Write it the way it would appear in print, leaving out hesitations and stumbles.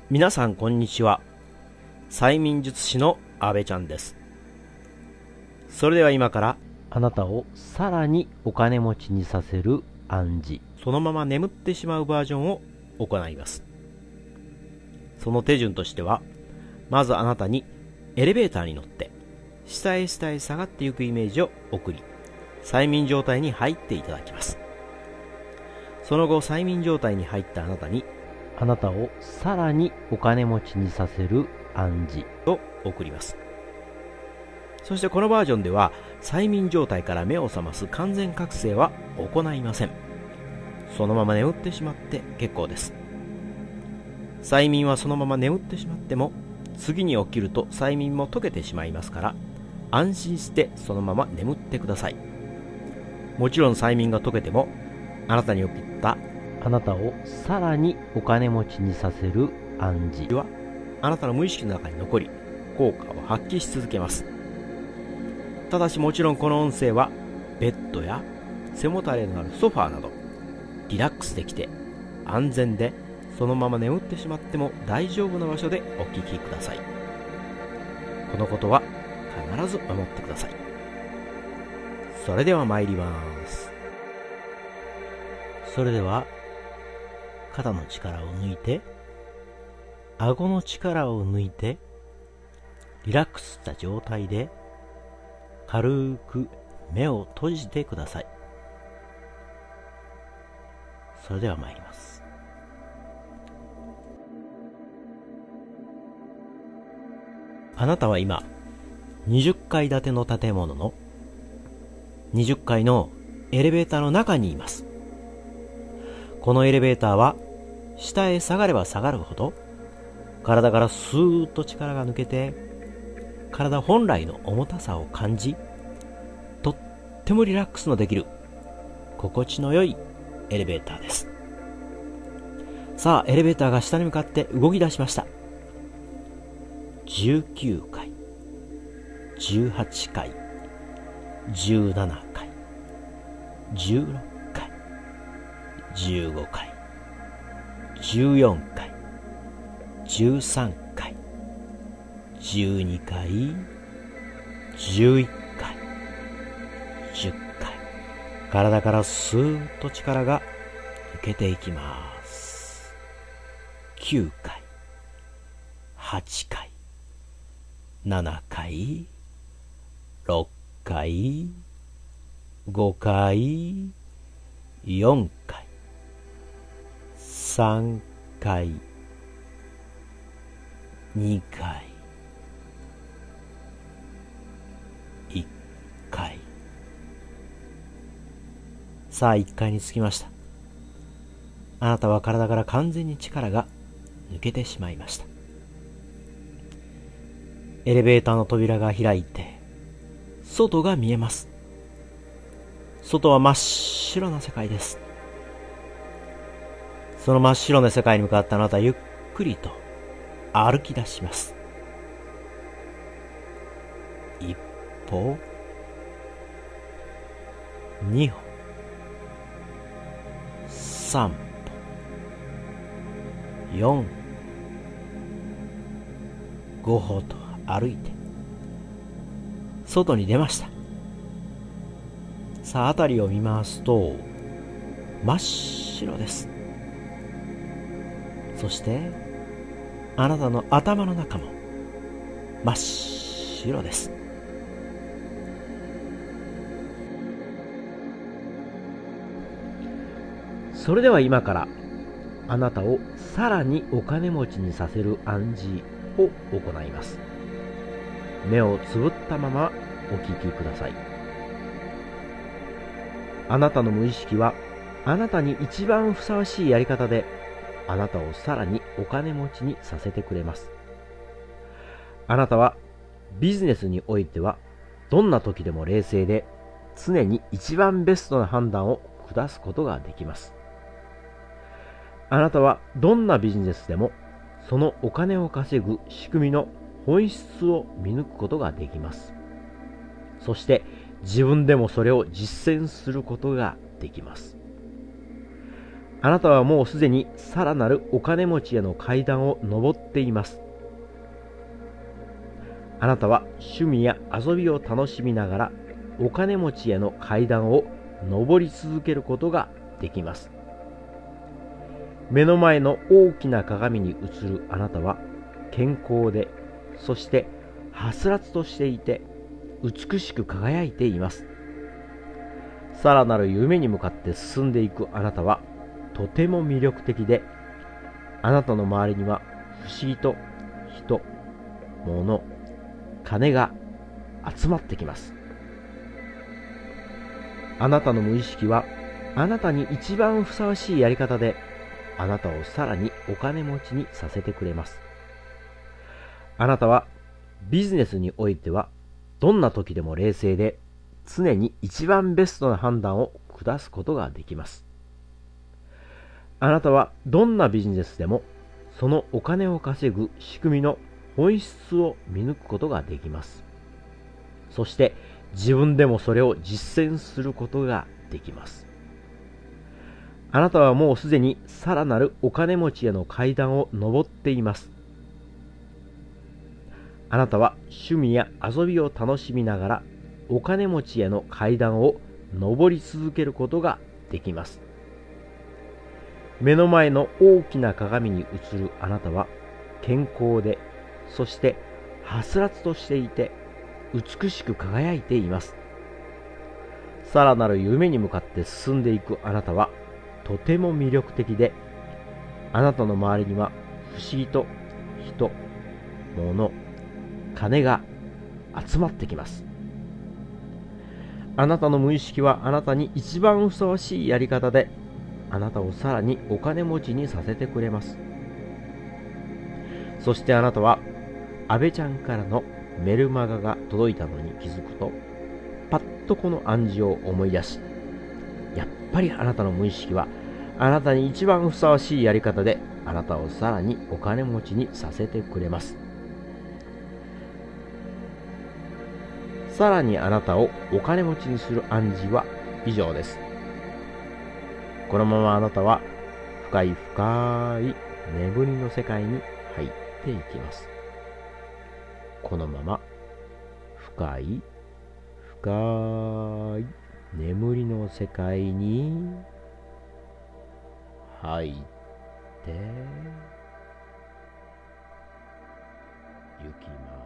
皆さんこんにちは。催眠術師の阿部ちゃんです。それでは今からあなたをさらにお金持ちにさせる暗示、 そのまま眠ってしまうバージョンを行います。その手順としては、まずあなたにエレベーターに乗って下へ下へ下がっていくイメージを送り、催眠状態に入っていただきます。その後、催眠状態に入ったあなたにあなたをさらにお金持ちにさせる暗示を送ります。そしてこのバージョンでは催眠状態から目を覚ます完全覚醒は行いません。そのまま眠ってしまって結構です。催眠はそのまま眠ってしまっても次に起きると催眠も解けてしまいますから、安心してそのまま眠ってください。もちろん催眠が解けてもあなたに起きたあなたをさらにお金持ちにさせる暗示はあなたの無意識の中に残り効果を発揮し続けます。ただしもちろんこの音声はベッドや背もたれのあるソファーなどリラックスできて安全で、そのまま眠ってしまっても大丈夫な場所でお聞きください。このことは必ず守ってください。それでは参ります。 それでは肩の力を抜いて、顎の力を抜いて、リラックスした状態で軽く目を閉じてください。それでは参ります。 あなたは今20階建ての建物の20階のエレベーターの中にいます。このエレベーターは下へ下がれば下がるほど体からスーッと力が抜けて、体本来の重たさを感じ、とってもリラックスのできる心地の良いエレベーターです。さあ、エレベーターが下に向かって動き出しました。19階、18階、17階、16階、15階、14階、13階、12階、11階、10階。体からスーッと力が抜けていきます。9階、8階、7階、6階、5階、4階、3階、2階、1階。さあ、1階に着きました。あなたは体から完全に力が抜けてしまいました。エレベーターの扉が開いて外が見えます。外は真っ白な世界です。その真っ白な世界に向かってあなたはゆっくりと歩き出します。一歩、二歩、三歩、四歩、五歩と歩いて外に出ました。さあ、辺りを見ますと真っ白です。そしてあなたの頭の中も真っ白です。 それでは今からあなたをさらにお金持ちにさせる暗示を行います。目をつぶったままお聞きください。あなたの無意識はあなたに一番ふさわしいやり方であなたをさらにお金持ちにさせてくれます。あなたはビジネスにおいてはどんな時でも冷静で常に一番ベストな判断を下すことができます。あなたはどんなビジネスでもそのお金を稼ぐ仕組みの本質を見抜くことができます。そして自分でもそれを実践することができます。 あなたはもうすでにさらなるお金持ちへの階段を上っています。あなたは趣味や遊びを楽しみながらお金持ちへの階段を上り続けることができます。目の前の大きな鏡に映るあなたは健康で、そしてはつらつとしていて美しく輝いています。さらなる夢に向かって進んでいくあなたはとても魅力的で、あなたの周りには不思議と人、物、金が集まってきます。あなたの無意識はあなたに一番ふさわしいやり方であなたをさらにお金持ちにさせてくれます。あなたはビジネスにおいてはどんな時でも冷静で常に一番ベストな判断を下すことができます。あなたはどんなビジネスでもそのお金を稼ぐ仕組みの本質を見抜くことができます。そして自分でもそれを実践することができます。あなたはもうすでにさらなるお金持ちへの階段を上っています。あなたは趣味や遊びを楽しみながらお金持ちへの階段を上り続けることができます。目の前の大きな鏡に映るあなたは健康で、そしてはつらつとしていて美しく輝いています。さらなる夢に向かって進んでいくあなたはとても魅力的で、あなたの周りには不思議と人、物、金が集まってきます。あなたの無意識はあなたに一番ふさわしいやり方であなたをさらにお金持ちにさせてくれます。そしてあなたは安倍ちゃんからのメルマガが届いたのに気づくと、パッとこの暗示を思い出し、やっぱりあなたの無意識はあなたに一番ふさわしいやり方であなたをさらにお金持ちにさせてくれます。さらにあなたをお金持ちにする暗示は以上です。このままあなたは深い深い眠りの世界に入っていきます。このまま深い深い眠りの世界に入ってゆきます。